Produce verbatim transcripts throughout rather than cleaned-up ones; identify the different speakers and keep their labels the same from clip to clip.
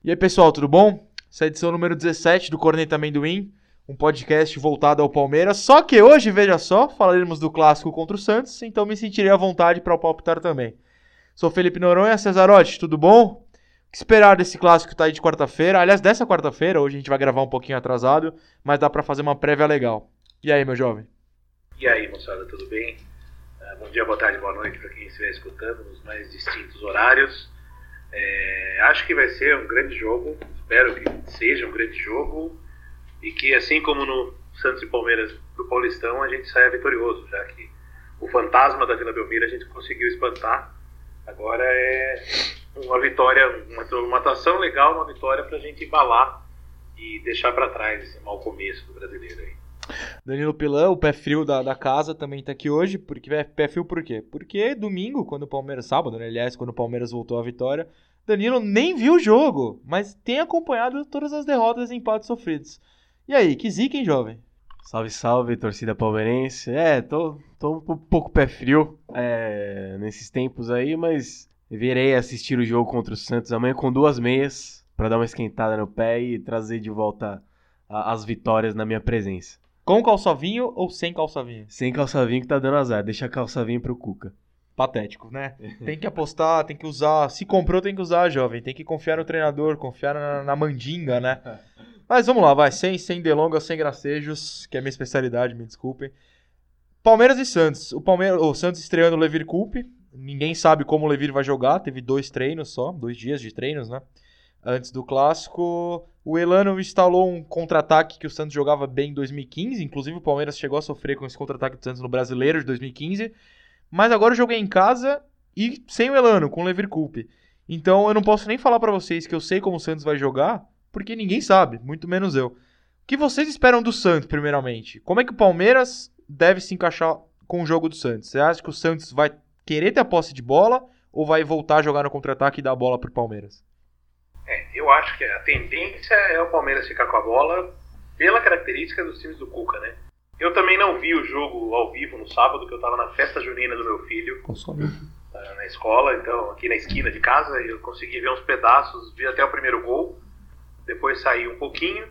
Speaker 1: E aí, pessoal, tudo bom? Essa é a edição número dezessete do Corneta Amendoim, um podcast voltado ao Palmeiras. Só que hoje, veja só, falaremos do clássico contra o Santos, então me sentirei à vontade para palpitar também. Sou Felipe Noronha, Cesarotti, tudo bom? O que esperar desse clássico que tá aí de quarta-feira? Aliás, dessa quarta-feira, hoje a gente vai gravar um pouquinho atrasado, mas dá para fazer uma prévia legal. E aí, meu jovem?
Speaker 2: E aí, moçada, tudo bem? Uh, bom dia, boa tarde, boa noite para quem estiver escutando nos mais distintos horários. É, acho que vai ser um grande jogo, espero que seja um grande jogo e que, assim como no Santos e Palmeiras do Paulistão, a gente saia vitorioso, já que o fantasma da Vila Belmiro a gente conseguiu espantar. Agora é uma vitória, uma, uma atuação legal, uma vitória para a gente embalar e deixar para trás esse mau começo do brasileiro aí.
Speaker 1: Danilo Pilã, o pé frio da, da casa, também tá aqui hoje. Porque, é, pé frio por quê? Porque domingo, quando o Palmeiras, sábado, né, aliás, quando o Palmeiras voltou à vitória, Danilo nem viu o jogo, mas tem acompanhado todas as derrotas e empates sofridos. E aí, que zica, hein, jovem?
Speaker 3: Salve, salve, torcida palmeirense. É, tô, tô um pouco pé frio é, nesses tempos aí, mas virei assistir o jogo contra o Santos amanhã com duas meias pra dar uma esquentada no pé e trazer de volta a, as vitórias na minha presença.
Speaker 1: Com calçavinho ou sem calçavinho?
Speaker 3: Sem calçavinho que tá dando azar, deixa calçavinho pro Cuca.
Speaker 1: Patético, né? Tem que apostar, tem que usar. Se comprou, tem que usar, jovem. Tem que confiar no treinador, confiar na, na mandinga, né? Mas vamos lá, vai. Sem, sem delongas, sem gracejos, que é a minha especialidade, me desculpem. Palmeiras e Santos. O, Palmeiras, o Santos estreando o Levir Coupe. Ninguém sabe como o Levir vai jogar. Teve dois treinos só, dois dias de treinos, né? Antes do clássico, o Elano instalou um contra-ataque que o Santos jogava bem em dois mil e quinze. Inclusive o Palmeiras chegou a sofrer com esse contra-ataque do Santos no Brasileiro de dois mil e quinze. Mas agora eu joguei em casa e sem o Elano, com o Levir Coupe. Então eu não posso nem falar pra vocês que eu sei como o Santos vai jogar, porque ninguém sabe, muito menos eu. O que vocês esperam do Santos, primeiramente? Como é que o Palmeiras deve se encaixar com o jogo do Santos? Você acha que o Santos vai querer ter a posse de bola ou vai voltar a jogar no contra-ataque e dar a bola pro Palmeiras?
Speaker 2: É, eu acho que a tendência é o Palmeiras ficar com a bola pela característica dos times do Cuca, né? Eu também não vi o jogo ao vivo no sábado, que eu estava na festa junina do meu filho, na escola, então aqui na esquina de casa, eu consegui ver uns pedaços, vi até o primeiro gol, depois saí um pouquinho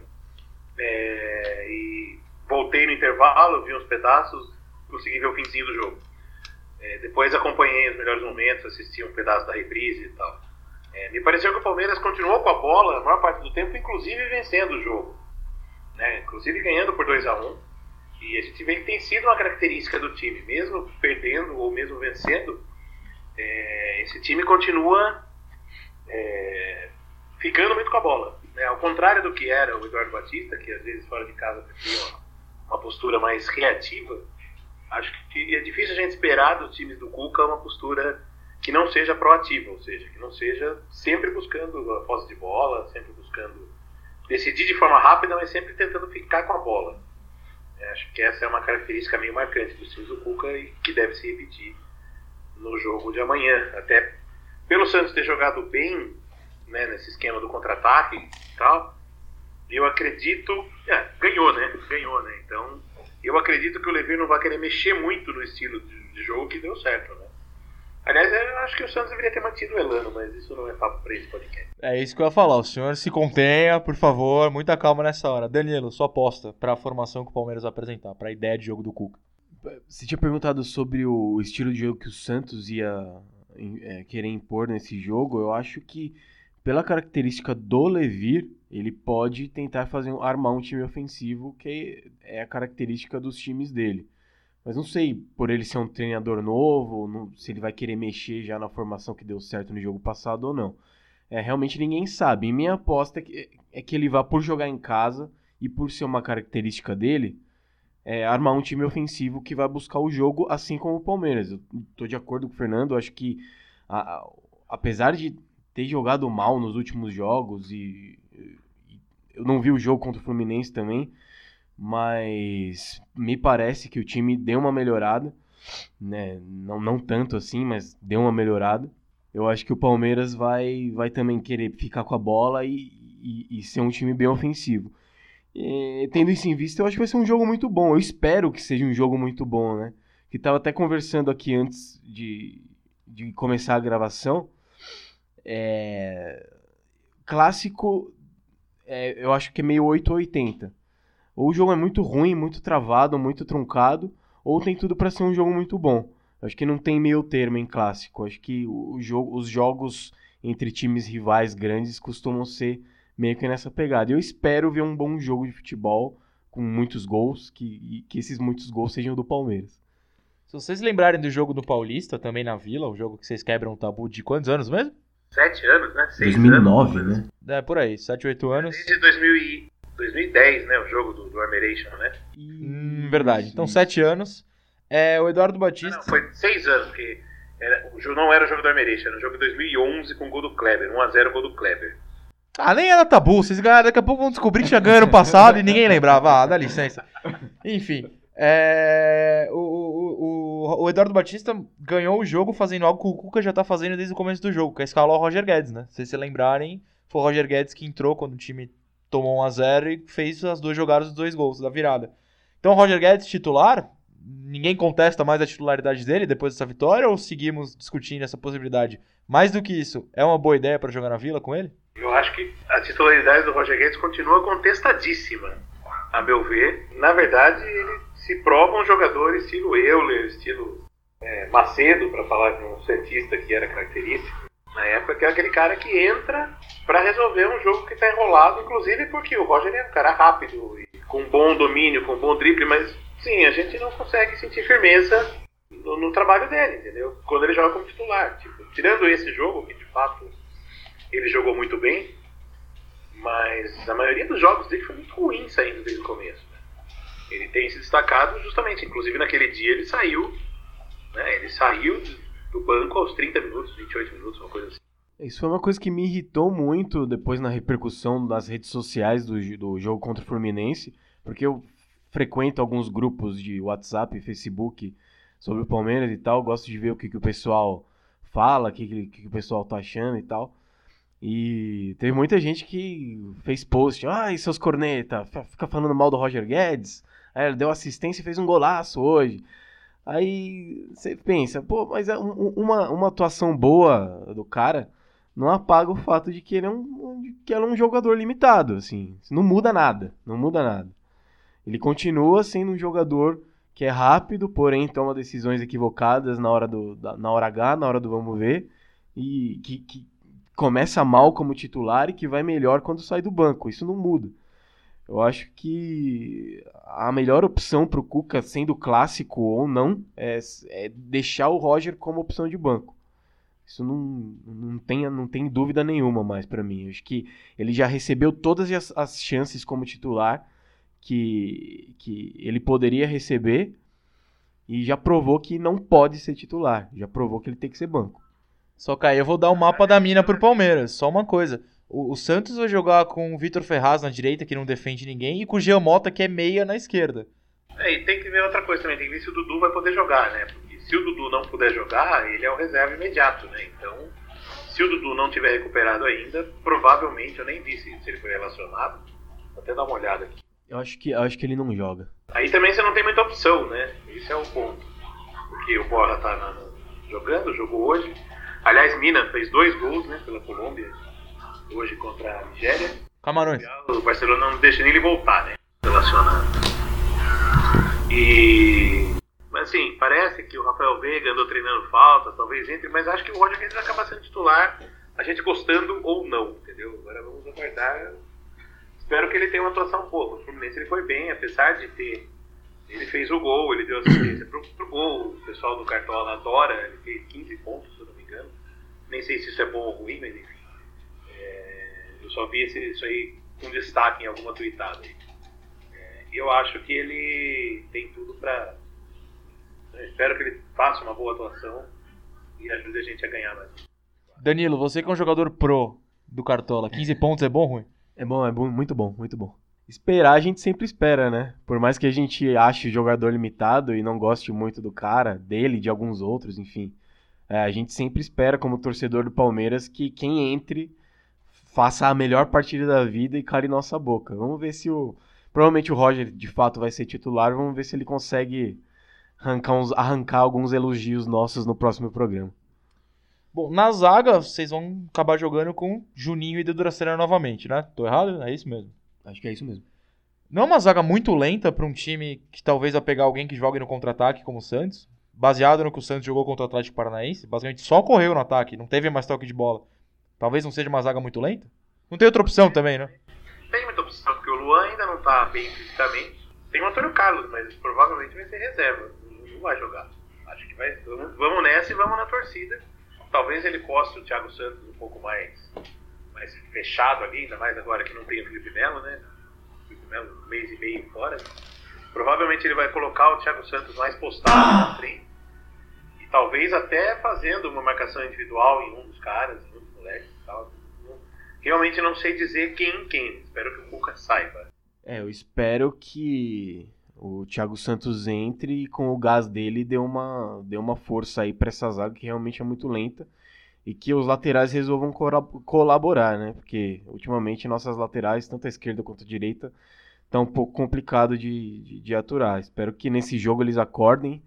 Speaker 2: é, e voltei no intervalo, vi uns pedaços, consegui ver o finzinho do jogo. É, depois acompanhei os melhores momentos, assisti um pedaço da reprise e tal. É, me pareceu que o Palmeiras continuou com a bola a maior parte do tempo, inclusive vencendo o jogo, né? Inclusive ganhando por dois a um. E a gente vê que tem sido uma característica do time, mesmo perdendo ou mesmo vencendo, é, esse time continua é, ficando muito com a bola, né? Ao contrário do que era o Eduardo Batista, que às vezes fora de casa tinha uma, uma postura mais reativa. Acho que é difícil a gente esperar dos times do Cuca uma postura que não seja proativa, ou seja, que não seja sempre buscando a posse de bola, sempre buscando decidir de forma rápida, mas sempre tentando ficar com a bola. Acho que essa é uma característica meio marcante do time do Cuca e que deve se repetir no jogo de amanhã. Até pelo Santos ter jogado bem, né, nesse esquema do contra-ataque e tal, eu acredito... É, ganhou, né? Ganhou, né? Então, eu acredito que o Levir não vai querer mexer muito no estilo de jogo que deu certo, né? Aliás, eu acho que o Santos deveria ter mantido o Elano, mas isso não é papo para esse podcast.
Speaker 1: É isso que eu ia falar. O senhor se contenha, por favor. Muita calma nessa hora. Danilo, sua aposta para a formação que o Palmeiras vai apresentar, para a ideia de jogo do Cuca.
Speaker 3: Você tinha perguntado sobre o estilo de jogo que o Santos ia é, querer impor nesse jogo. Eu acho que, pela característica do Levir, ele pode tentar fazer armar um time ofensivo, que é a característica dos times dele. Mas não sei, por ele ser um treinador novo, não, se ele vai querer mexer já na formação que deu certo no jogo passado ou não. É, realmente ninguém sabe. E minha aposta é que, é que ele vá, por jogar em casa e por ser uma característica dele, é, armar um time ofensivo que vai buscar o jogo, assim como o Palmeiras. Eu tô de acordo com o Fernando, eu acho que a, a, apesar de ter jogado mal nos últimos jogos, e, e eu não vi o jogo contra o Fluminense também, mas me parece que o time deu uma melhorada, né? Não, não tanto assim, mas deu uma melhorada. Eu acho que o Palmeiras vai, vai também querer ficar com a bola e, e, e ser um time bem ofensivo. E, tendo isso em vista, eu acho que vai ser um jogo muito bom. Eu espero que seja um jogo muito bom, né? Que estava até conversando aqui antes de, de começar a gravação. É... clássico, é, eu acho que é meio oito ou oitenta. Ou o jogo é muito ruim, muito travado, muito truncado, ou tem tudo para ser um jogo muito bom. Eu acho que não tem meio termo em clássico. Eu acho que o jogo, os jogos entre times rivais grandes costumam ser meio que nessa pegada. Eu espero ver um bom jogo de futebol com muitos gols, que, e que esses muitos gols sejam do Palmeiras.
Speaker 1: Se vocês lembrarem do jogo do Paulista, também na Vila, o jogo que vocês quebram o tabu de quantos anos mesmo?
Speaker 2: Sete anos, né? Seis
Speaker 3: dois mil e nove,
Speaker 2: anos,
Speaker 3: né?
Speaker 1: É, por aí, sete, oito anos.
Speaker 2: Desde dois mil e dez, né? O jogo do, do Armeration, né?
Speaker 1: Hum, verdade. Então, sete anos. É, o Eduardo Batista...
Speaker 2: Ah, não, foi seis anos, porque era, o jogo não era o jogo do Armeration, era o jogo de dois mil e onze com o gol do Kleber. um a zero gol do Kleber.
Speaker 1: Ah, nem era tabu. Vocês ganharam, daqui a pouco vão descobrir que tinha ganho no passado e ninguém lembrava. Ah, dá licença. Enfim... É, o, o, o, o Eduardo Batista ganhou o jogo fazendo algo que o Cuca já tá fazendo desde o começo do jogo, que é escalar o Roger Guedes, né? Se vocês se lembrarem, foi o Roger Guedes que entrou quando o time tomou um a zero e fez as duas jogadas dos dois gols da virada. Então o Roger Guedes titular, ninguém contesta mais a titularidade dele depois dessa vitória, ou seguimos discutindo essa possibilidade? Mais do que isso, é uma boa ideia para jogar na Vila com ele?
Speaker 2: Eu acho que a titularidade do Roger Guedes continua contestadíssima, a meu ver. Na verdade, ele se prova um jogador estilo Euler, estilo é, Macedo, para falar de um cientista que era característico na época, que é aquele cara que entra para resolver um jogo que está enrolado, inclusive porque o Roger é um cara rápido, e com bom domínio, com bom drible, mas sim, a gente não consegue sentir firmeza no, no trabalho dele, entendeu? Quando ele joga como titular. Tipo, tirando esse jogo, que de fato ele jogou muito bem, mas a maioria dos jogos dele foi muito ruim saindo desde o começo. Ele tem se destacado justamente, inclusive naquele dia ele saiu, né, ele saiu do banco aos trinta minutos, vinte e oito minutos, uma coisa assim.
Speaker 3: Isso foi uma coisa que me irritou muito depois na repercussão das redes sociais do, do jogo contra o Fluminense, porque eu frequento alguns grupos de WhatsApp e Facebook sobre o Palmeiras e tal, gosto de ver o que, que o pessoal fala, o que, que, que o pessoal tá achando e tal. E teve muita gente que fez post, ai, seus corneta, fica falando mal do Roger Guedes, aí ele deu assistência e fez um golaço hoje. Aí você pensa, pô, mas uma, uma atuação boa do cara não apaga o fato de que ele é um, de que ele é um jogador limitado, assim, não muda nada, não muda nada. Ele continua sendo um jogador que é rápido, porém toma decisões equivocadas na hora, do, na hora H, na hora do vamos ver, e que, que começa mal como titular e que vai melhor quando sai do banco. Isso não muda. Eu acho que a melhor opção para o Cuca, sendo clássico ou não, é, é deixar o Roger como opção de banco. Isso não, não, tem, não tem dúvida nenhuma mais para mim. Eu acho que ele já recebeu todas as, as chances como titular que, que ele poderia receber e já provou que não pode ser titular. Já provou que ele tem que ser banco.
Speaker 1: Só que aí eu vou dar o mapa da mina pro Palmeiras. Só uma coisa. O, o Santos vai jogar com o Vitor Ferraz na direita, que não defende ninguém, e com o Jean Mota, que é meia na esquerda.
Speaker 2: É, e tem que ver outra coisa também. Tem que ver se o Dudu vai poder jogar, né? Porque se o Dudu não puder jogar, ele é o reserva imediato, né? Então, se o Dudu não tiver recuperado ainda, provavelmente, eu nem vi se, se ele foi relacionado. Vou até dar uma olhada aqui.
Speaker 3: Eu acho que, eu acho que ele não joga.
Speaker 2: Aí também você não tem muita opção, né? Esse é o ponto. Porque o Borja tá na, jogando, jogou hoje. Aliás, Mina fez dois gols, né, pela Colômbia, hoje contra a Nigéria.
Speaker 1: Camarões.
Speaker 2: O Barcelona não deixa nem ele voltar, né, relacionado. E... Mas assim, parece que o Rafael Veiga andou treinando falta, talvez entre, mas acho que o Roger Guedes vai acabar sendo titular, a gente gostando ou não, entendeu? Agora vamos aguardar. Espero que ele tenha uma atuação boa. O Fluminense ele foi bem, apesar de ter... Ele fez o gol, ele deu assistência pro, pro gol, o pessoal do Cartola adora, ele fez quinze pontos, se eu não me engano. Nem sei se isso é bom ou ruim, mas enfim. É, eu só vi esse, isso aí com destaque em alguma tweetada aí. É, e eu acho que ele tem tudo pra... Eu espero que ele faça uma boa atuação e ajude a gente a ganhar mais.
Speaker 1: Danilo, você que é um jogador pro do Cartola, quinze pontos é bom ou ruim?
Speaker 3: É bom, é bom, muito bom, muito bom. Esperar a gente sempre espera, né? Por mais que a gente ache o jogador limitado e não goste muito do cara, dele, de alguns outros, enfim. É, a gente sempre espera, como torcedor do Palmeiras, que quem entre faça a melhor partida da vida e cale nossa boca. Vamos ver se o... Provavelmente o Roger, de fato, vai ser titular. Vamos ver se ele consegue arrancar, uns, arrancar alguns elogios nossos no próximo programa.
Speaker 1: Bom, na zaga, vocês vão acabar jogando com Juninho e Dracena novamente, né? Tô errado? É isso mesmo?
Speaker 3: Acho que é isso mesmo.
Speaker 1: Não é uma zaga muito lenta para um time que talvez vai pegar alguém que jogue no contra-ataque como o Santos, baseado no que o Santos jogou contra o Atlético Paranaense, basicamente só correu no ataque, não teve mais toque de bola. Talvez não seja uma zaga muito lenta? Não tem outra opção também, né?
Speaker 2: Tem muita opção, porque o Luan ainda não tá bem fisicamente. Tem o Antônio Carlos, mas provavelmente vai ser reserva. Não vai jogar. Acho que vai. Vamos, vamos nessa e vamos na torcida. Talvez ele poste o Thiago Santos um pouco mais, mais fechado ali, ainda mais agora que não tem o Felipe Melo, né? O Felipe Melo, um mês e meio fora. Provavelmente ele vai colocar o Thiago Santos mais postado na frente. E talvez até fazendo uma marcação individual em um dos caras, em um dos moleques e tal. Realmente não sei dizer quem quem. Espero que o Cuca saiba.
Speaker 3: É, eu espero que o Thiago Santos entre e com o gás dele dê uma, dê uma força aí pra essa zaga que realmente é muito lenta e que os laterais resolvam colaborar, né? Porque ultimamente nossas laterais, tanto a esquerda quanto a direita, tá um pouco complicado de, de, de aturar. Espero que nesse jogo eles acordem,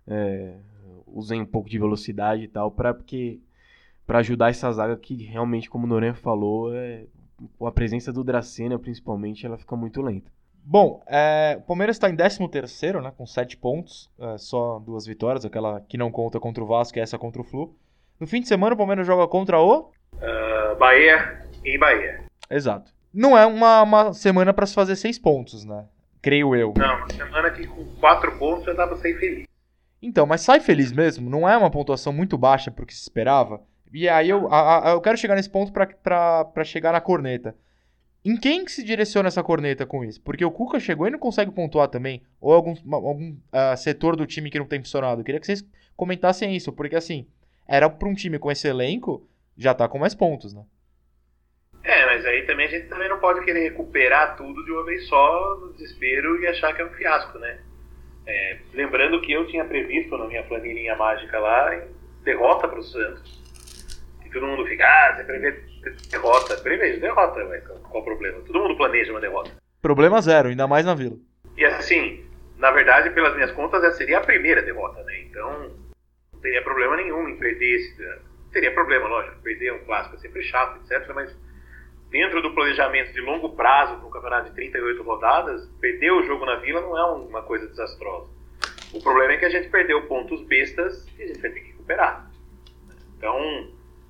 Speaker 3: é, usem um pouco de velocidade e tal, pra, porque, pra ajudar essa zaga que realmente, como o Noronha falou, é, com a presença do Dracena, principalmente, ela fica muito lenta.
Speaker 1: Bom, é, o Palmeiras está em décimo terceiro, né, com sete pontos, é, só duas vitórias, aquela que não conta contra o Vasco e essa contra o Flu. No fim de semana o Palmeiras joga contra o...
Speaker 2: Uh, Bahia em Bahia.
Speaker 1: Exato. Não é uma, uma semana para se fazer seis pontos, né? Creio eu.
Speaker 2: Não, uma semana que com quatro pontos já dá para sair feliz.
Speaker 1: Então, mas sai feliz mesmo? Não é uma pontuação muito baixa para o que se esperava? E aí eu, a, a, eu quero chegar nesse ponto para chegar na corneta. Em quem que se direciona essa corneta com isso? Porque o Cuca chegou e não consegue pontuar também. Ou algum, algum uh, setor do time que não tem funcionado. Eu queria que vocês comentassem isso. Porque assim, era para um time com esse elenco, já tá com mais pontos, né?
Speaker 2: É, mas aí também a gente também não pode querer recuperar tudo de uma vez só, no desespero, e achar que é um fiasco, né? É, lembrando que eu tinha previsto na minha planilhinha mágica lá, derrota pro Santos. E todo mundo fica, ah, você prevê derrota. Prevejo derrota, ué, qual o problema? Todo mundo planeja uma derrota.
Speaker 1: Problema zero, ainda mais na Vila.
Speaker 2: E assim, na verdade, pelas minhas contas, essa seria a primeira derrota, né? Então, não teria problema nenhum em perder esse... Teria problema, lógico, perder um clássico é sempre chato, etcétera. Mas dentro do planejamento de longo prazo, no campeonato de trinta e oito rodadas, perder o jogo na Vila não é uma coisa desastrosa. O problema é que a gente perdeu pontos bestas e a gente vai ter que recuperar. Então,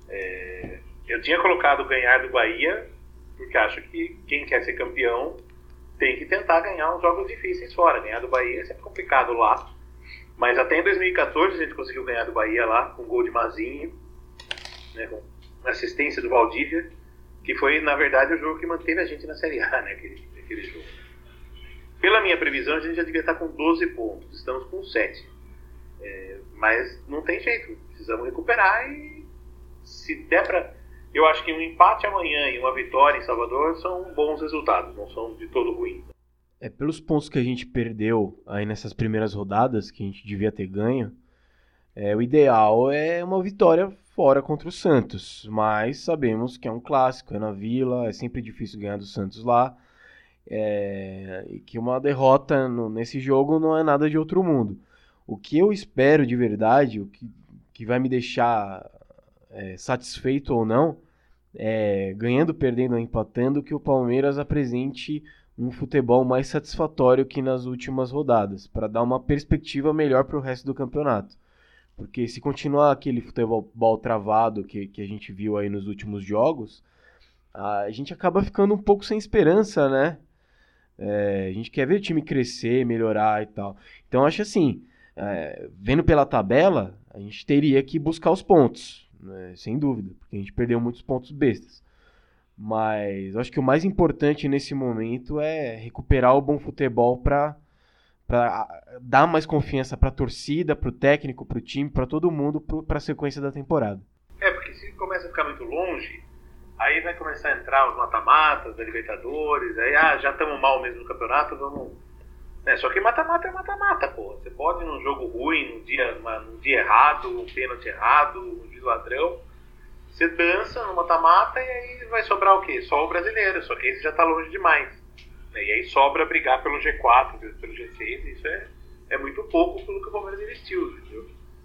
Speaker 2: é, eu tinha colocado ganhar do Bahia, porque acho que quem quer ser campeão tem que tentar ganhar uns jogos difíceis fora. Ganhar do Bahia é sempre complicado lá. Mas até em dois mil e catorze a gente conseguiu ganhar do Bahia lá, com gol de Mazinho, né, com assistência do Valdívia, que foi, na verdade, o jogo que manteve a gente na Série A, né, aquele, aquele jogo. Pela minha previsão, a gente já devia estar com doze pontos, estamos com sete. É, mas não tem jeito, precisamos recuperar e se der pra... Eu acho que um empate amanhã e uma vitória em Salvador são bons resultados, não são de todo ruim.
Speaker 3: É, pelos pontos que a gente perdeu aí nessas primeiras rodadas, que a gente devia ter ganho, é, o ideal é uma vitória fora contra o Santos, mas sabemos que é um clássico, é na Vila, é sempre difícil ganhar do Santos lá, é, e que uma derrota no, nesse jogo não é nada de outro mundo. O que eu espero de verdade, o que, que vai me deixar é, satisfeito ou não, é, ganhando, perdendo ou empatando, que o Palmeiras apresente um futebol mais satisfatório que nas últimas rodadas, para dar uma perspectiva melhor para o resto do campeonato. Porque se continuar aquele futebol travado que, que a gente viu aí nos últimos jogos, a gente acaba ficando um pouco sem esperança, né? É, a gente quer ver o time crescer, melhorar e tal. Então acho assim, é, vendo pela tabela, a gente teria que buscar os pontos, né? Sem dúvida, porque a gente perdeu muitos pontos bestas. Mas eu acho que o mais importante nesse momento é recuperar o bom futebol para para dar mais confiança para a torcida, para o técnico, para o time, para todo mundo, para a sequência da temporada.
Speaker 2: É, porque se começa a ficar muito longe, aí vai começar a entrar os mata-matas da Libertadores, aí ah, já estamos mal mesmo no campeonato, vamos... É, só que mata-mata é mata-mata, pô. Você pode num jogo ruim, num dia, num dia errado, um pênalti errado, um juiz ladrão, você dança no mata-mata e aí vai sobrar o quê? Só o brasileiro, só que esse já está longe demais. E aí sobra brigar pelo G quatro, pelo G seis, isso é, é muito pouco pelo que o Palmeiras investiu, entendeu?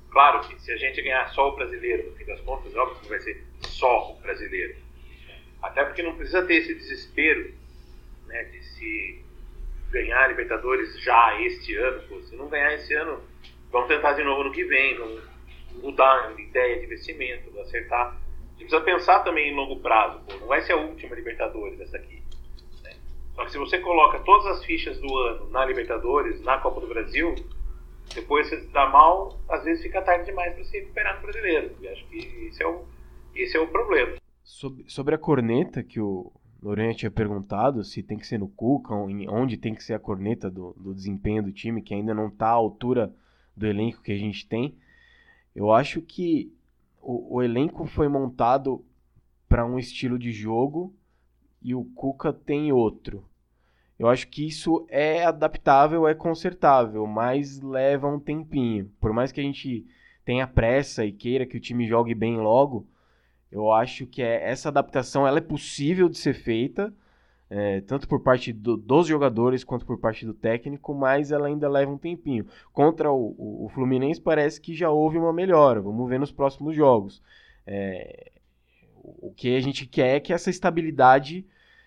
Speaker 2: Claro que se a gente ganhar só o brasileiro, no fim das contas, é óbvio que não vai ser só o brasileiro. Até porque não precisa ter esse desespero, né, de se ganhar a Libertadores já este ano. Pô, se não ganhar esse ano, vamos tentar de novo no que vem, vamos mudar a ideia de investimento, acertar. A gente precisa pensar também em longo prazo. Pô, não vai ser a última Libertadores essa aqui, né? Só que se você coloca todas as fichas do ano na Libertadores, na Copa do Brasil, depois você dá mal, às vezes fica tarde demais para se recuperar no brasileiro. E acho que esse é o, esse é o problema.
Speaker 3: Sobre, sobre a corneta que o Noronha tinha perguntado, se tem que ser no Cuca, onde tem que ser a corneta do, do desempenho do time, que ainda não está à altura do elenco que a gente tem, eu acho que o, o elenco foi montado para um estilo de jogo e o Cuca tem outro. Eu acho que isso é adaptável, é consertável, mas leva um tempinho. Por mais que a gente tenha pressa e queira que o time jogue bem logo, eu acho que é, essa adaptação ela é possível de ser feita, é, tanto por parte do, dos jogadores quanto por parte do técnico, mas ela ainda leva um tempinho. Contra o, o, o Fluminense parece que já houve uma melhora, vamos ver nos próximos jogos. É, o que a gente quer é que essa estabilidade,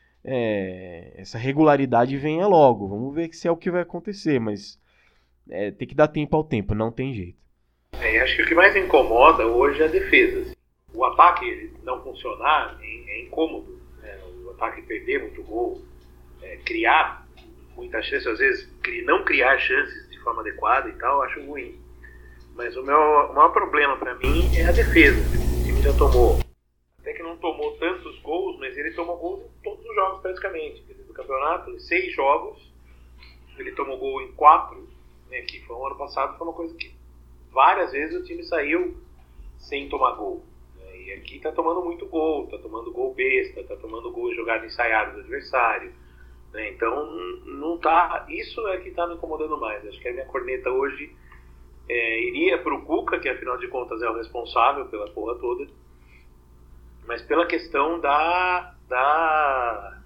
Speaker 3: é, essa regularidade venha logo. Vamos ver se é o que vai acontecer, mas é, tem que dar tempo ao tempo, não tem jeito.
Speaker 2: É, acho que o que mais incomoda hoje é a defesa. Assim. O ataque não funcionar é, é incômodo, né? O ataque perder muito gol, é, criar muitas chances, às vezes não criar chances de forma adequada e tal, eu acho ruim. Mas o, meu, o maior problema para mim é a defesa. O time já tomou, até que não tomou tantos gols, mas ele tomou gols em todos os jogos praticamente. No campeonato, em seis jogos, ele tomou gol em quatro, né, que foi o ano passado, foi uma coisa que várias vezes o time saiu sem tomar gol. E aqui tá tomando muito gol, tá tomando gol besta, tá tomando gol jogado ensaiado do adversário, né? Então não tá, isso é que tá me incomodando mais. Acho que a minha corneta hoje é, iria pro Cuca, que afinal de contas é o responsável pela porra toda, mas pela questão da, da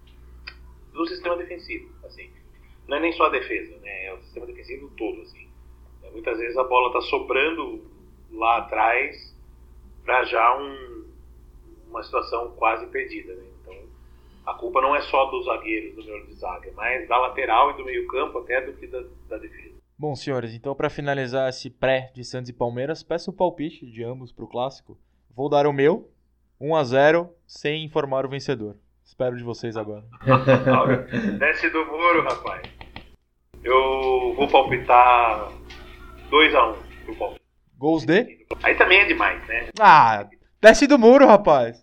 Speaker 2: do sistema defensivo, assim. Não é nem só a defesa, né? É o sistema defensivo todo, assim. Muitas vezes a bola tá sobrando lá atrás para já um, uma situação quase perdida, né? Então a culpa não é só dos zagueiros do meu de zaga, mas da lateral e do meio campo até do que da, da defesa.
Speaker 1: Bom, senhores, então para finalizar esse pré de Santos e Palmeiras, peço o palpite de ambos para o clássico. Vou dar o meu, um a zero, sem informar o vencedor. Espero de vocês agora.
Speaker 2: Desce do muro, rapaz. Eu vou palpitar dois a um pro Palmeiras.
Speaker 1: Gols de?
Speaker 2: Aí também é demais, né?
Speaker 1: Ah, desce do muro, rapaz.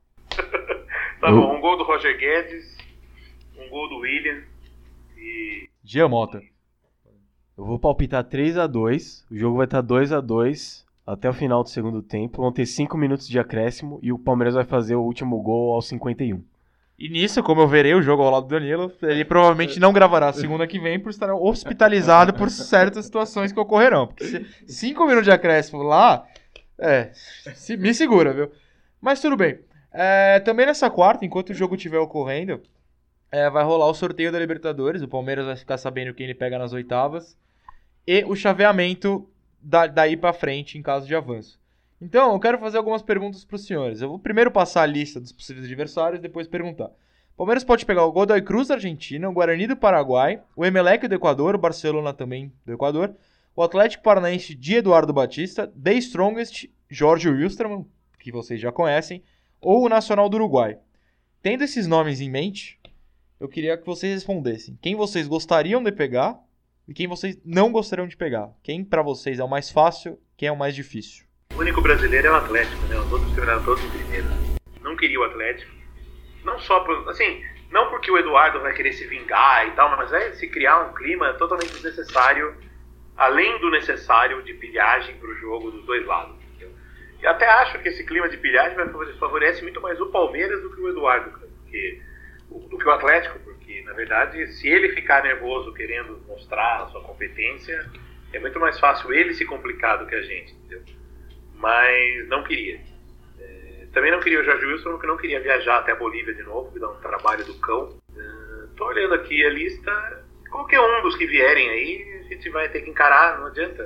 Speaker 2: Tá bom, um gol do Roger Guedes, um gol do William e...
Speaker 1: Giamota.
Speaker 3: Eu vou palpitar três a dois, o jogo vai estar dois a dois até o final do segundo tempo, vão ter cinco minutos de acréscimo e o Palmeiras vai fazer o último gol aos cinquenta e um.
Speaker 1: E nisso, como eu verei o jogo ao lado do Danilo, ele provavelmente não gravará segunda que vem por estar hospitalizado por certas situações que ocorrerão. Porque se cinco minutos de acréscimo lá, é, se, me segura, viu? Mas tudo bem. É, também nessa quarta, enquanto o jogo estiver ocorrendo, é, vai rolar o sorteio da Libertadores. O Palmeiras vai ficar sabendo quem ele pega nas oitavas. E o chaveamento da, daí pra frente, em caso de avanço. Então, eu quero fazer algumas perguntas para os senhores. Eu vou primeiro passar a lista dos possíveis adversários e depois perguntar. O Palmeiras pode pegar o Godoy Cruz da Argentina, o Guarani do Paraguai, o Emelec do Equador, o Barcelona também do Equador, o Atlético Paranaense de Eduardo Batista, The Strongest, Jorge Wilstermann, que vocês já conhecem, ou o Nacional do Uruguai. Tendo esses nomes em mente, eu queria que vocês respondessem quem vocês gostariam de pegar e quem vocês não gostariam de pegar. Quem para vocês é o mais fácil, quem é o mais difícil.
Speaker 2: O único brasileiro é o Atlético, né? Os outros terminaram todos em primeiro. Não queria o Atlético. Não só por... Assim, não porque o Eduardo vai querer se vingar e tal, mas vai se criar um clima totalmente desnecessário, além do necessário de pilhagem pro jogo dos dois lados. Entendeu? E até acho que esse clima de pilhagem favorece muito mais o Palmeiras do que o Eduardo, porque, do que o Atlético, porque, na verdade, se ele ficar nervoso querendo mostrar a sua competência, é muito mais fácil ele se complicar do que a gente, entendeu? Mas não queria. É, também não queria o Jorge Wilson, porque não queria viajar até a Bolívia de novo, que dá um trabalho do cão. Estou é, olhando aqui a lista, qualquer um dos que vierem aí, a gente vai ter que encarar, não adianta.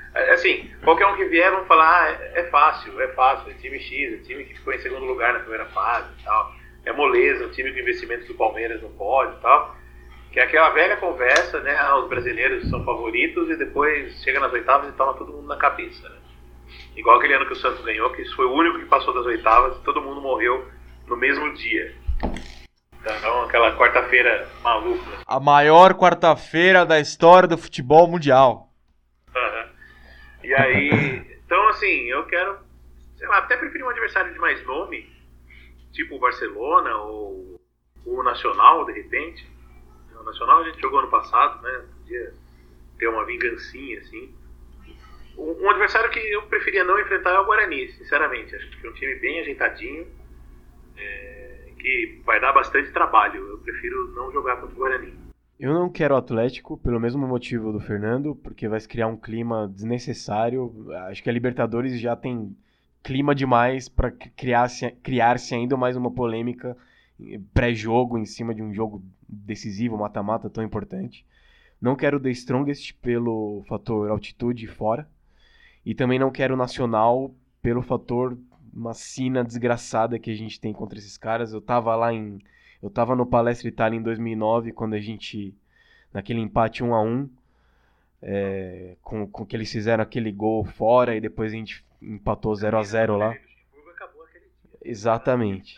Speaker 2: Assim, qualquer um que vier vão falar, ah, é, é fácil, é fácil, é time X, é time que ficou em segundo lugar na primeira fase e tal. É moleza, o time com investimentos do Palmeiras não pode e tal. Que é aquela velha conversa, né? Ah, os brasileiros são favoritos e depois chega nas oitavas e toma todo mundo na cabeça, né? Igual aquele ano que o Santos ganhou, que isso foi o único que passou das oitavas e todo mundo morreu no mesmo dia. Então, aquela quarta-feira maluca.
Speaker 1: A maior quarta-feira da história do futebol mundial.
Speaker 2: Uhum. E aí, então assim, eu quero, sei lá, até preferir um adversário de mais nome, tipo o Barcelona ou o Nacional, de repente. O Nacional a gente jogou ano passado, né? Podia ter uma vingancinha, assim. Um, um adversário que eu preferia não enfrentar é o Guarani, sinceramente. Acho que é um time bem ajeitadinho, é, que vai dar bastante trabalho. Eu prefiro não jogar contra o Guarani.
Speaker 3: Eu não quero o Atlético, pelo mesmo motivo do Fernando, porque vai se criar um clima desnecessário. Acho que a Libertadores já tem clima demais para criar-se, criar-se ainda mais uma polêmica pré-jogo em cima de um jogo decisivo, mata-mata tão importante. Não quero o The Strongest pelo fator altitude fora. E também não quero o Nacional pelo fator uma sina desgraçada que a gente tem contra esses caras. Eu tava lá em... Eu tava no Palestra Itália em dois mil e nove, quando a gente... Naquele empate um a um, é, com, com que eles fizeram aquele gol fora e depois a gente empatou zero a zero lá. Exatamente.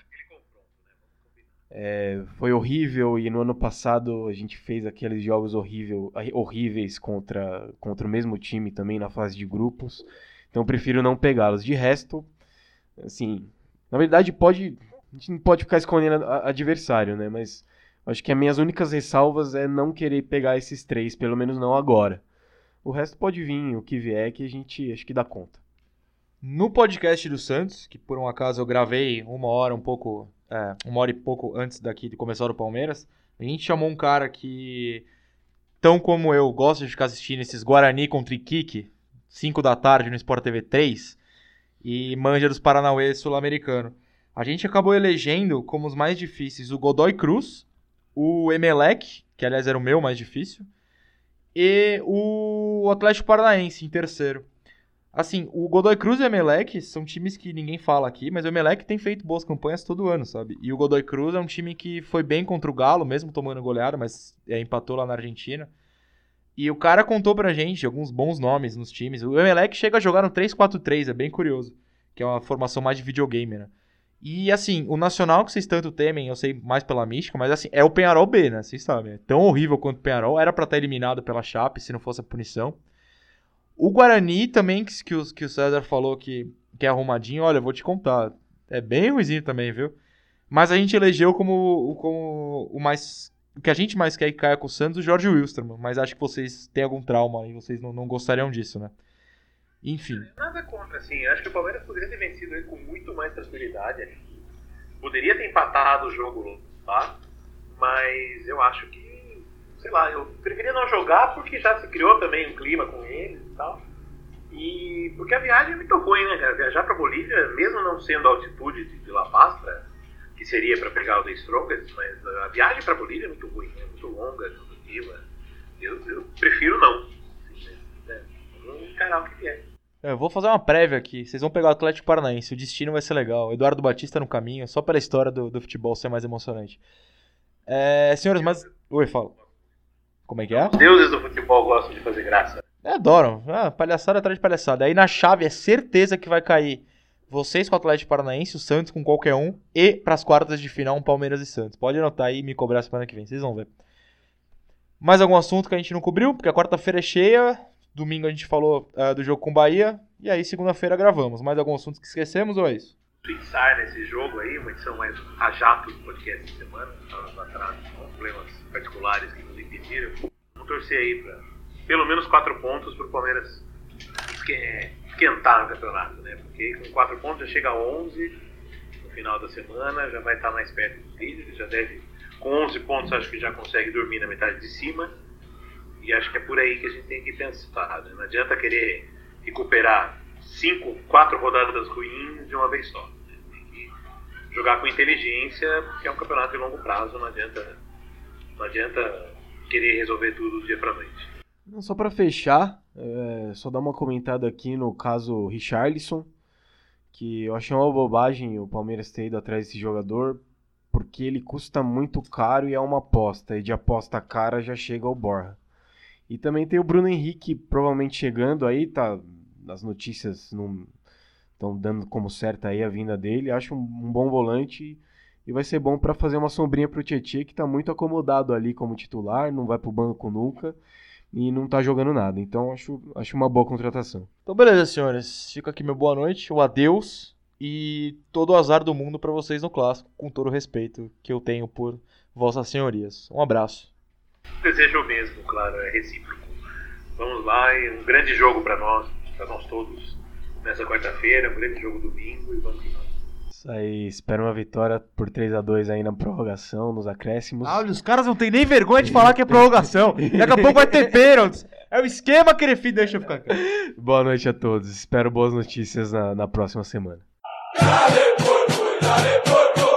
Speaker 3: É, foi horrível e no ano passado a gente fez aqueles jogos horrível, horríveis contra, contra o mesmo time também na fase de grupos. Então eu prefiro não pegá-los. De resto, assim, na verdade pode, a gente não pode ficar escondendo a, adversário, né? Mas acho que as minhas únicas ressalvas é não querer pegar esses três, pelo menos não agora. O resto pode vir, o que vier, que a gente acho que dá conta.
Speaker 1: No podcast do Santos, que por um acaso eu gravei uma hora um pouco... É, uma hora e pouco antes daqui de começar o Palmeiras, a gente chamou um cara que, tão como eu, gosta de ficar assistindo esses Guarani contra Iquique, cinco da tarde no Sport T V três, e manja dos Paranauê sul-americano. A gente acabou elegendo como os mais difíceis o Godoy Cruz, o Emelec, que aliás era o meu mais difícil, e o Atlético Paranaense em terceiro. Assim, o Godoy Cruz e o Emelec são times que ninguém fala aqui, mas o Emelec tem feito boas campanhas todo ano, sabe? E o Godoy Cruz é um time que foi bem contra o Galo, mesmo tomando goleada, mas é, empatou lá na Argentina. E o cara contou pra gente alguns bons nomes nos times. O Emelec chega a jogar no três quatro três, é bem curioso, que é uma formação mais de videogame, né? E assim, o Nacional que vocês tanto temem, eu sei mais pela mística, mas assim, é o Peñarol B, né? Vocês sabem, é tão horrível quanto o Peñarol, era pra estar eliminado pela Chape se não fosse a punição. O Guarani também, que, que, o, que o César falou que, que é arrumadinho, olha, eu vou te contar, é bem ruizinho também, viu? Mas a gente elegeu como, como o mais... O que a gente mais quer que caia com o Santos, o Jorge Wilstermann, mas acho que vocês têm algum trauma e vocês não, não gostariam disso, né? Enfim.
Speaker 2: Nada contra, assim, acho que o Palmeiras poderia ter vencido ele com muito mais tranquilidade. Poderia ter empatado o jogo lá, mas eu acho que sei lá, eu preferia não jogar porque já se criou também um clima com eles e tal. E porque a viagem é muito ruim, né, cara? Viajar pra Bolívia, mesmo não sendo a altitude de, de La Paz, pra, que seria pra pegar o The Strongest, mas a viagem pra Bolívia é muito ruim, é muito longa, cansativa. Eu, eu prefiro não. Assim, né? Vamos encarar o que vier.
Speaker 1: Eu vou fazer uma prévia aqui. Vocês vão pegar o Atlético Paranaense. O destino vai ser legal. Eduardo Batista no caminho, só pela história do, do futebol ser mais emocionante. É, senhores, mas... Oi, fala. Como é que é?
Speaker 2: Os deuses do futebol gostam de fazer graça.
Speaker 1: É, adoram. Ah, palhaçada atrás de palhaçada. Aí na chave é certeza que vai cair vocês com o Atlético Paranaense, o Santos com qualquer um, e pras quartas de final um Palmeiras e Santos. Pode anotar aí e me cobrar semana que vem, vocês vão ver. Mais algum assunto que a gente não cobriu? Porque a quarta-feira é cheia, domingo a gente falou uh, do jogo com o Bahia, e aí segunda-feira gravamos. Mais algum assunto que esquecemos ou é isso?
Speaker 2: Pensar nesse jogo aí, uma edição mais a jato do podcast de semana, estávamos atrás com problemas particulares que nos impediram. Vamos torcer aí para pelo menos quatro pontos para o Palmeiras esquentar o campeonato, né? Porque com quatro pontos já chega a onze no final da semana, já vai estar mais perto dos líderes, já deve, com onze pontos acho que já consegue dormir na metade de cima, e acho que é por aí que a gente tem que pensar, né? Não adianta querer recuperar cinco, quatro rodadas ruins de uma vez só. Tem que jogar com inteligência, porque é um campeonato de longo prazo, não adianta, não adianta querer resolver tudo do dia pra noite.
Speaker 3: Só para fechar, É, só dar uma comentada aqui no caso Richarlison, que eu achei uma bobagem o Palmeiras ter ido atrás desse jogador, porque ele custa muito caro e é uma aposta, e de aposta cara já chega ao Borja. E também tem o Bruno Henrique provavelmente chegando aí, tá? As notícias não estão dando como certa aí a vinda dele. Acho um, um bom volante e vai ser bom para fazer uma sombrinha pro Tietchan, que tá muito acomodado ali como titular, não vai pro banco nunca e não tá jogando nada. Então acho, acho uma boa contratação.
Speaker 1: Então beleza, senhores. Fica aqui meu boa noite, o adeus e todo o azar do mundo para vocês no Clássico, com todo o respeito que eu tenho por vossas senhorias. Um abraço.
Speaker 2: Desejo o mesmo, claro, é recíproco. Vamos lá, e um grande jogo para nós, para nós todos, nessa quarta-feira, um grande jogo domingo e vamos lá.
Speaker 3: Isso aí, espero uma vitória por três a dois aí na prorrogação, nos acréscimos.
Speaker 1: Ah, os caras não tem nem vergonha de falar que é prorrogação. Daqui a pouco vai ter pênaltis. É o esquema, querido. Deixa eu ficar aqui.
Speaker 3: Boa noite a todos. Espero boas notícias na, na próxima semana.
Speaker 4: Dale, porco, dale, porco.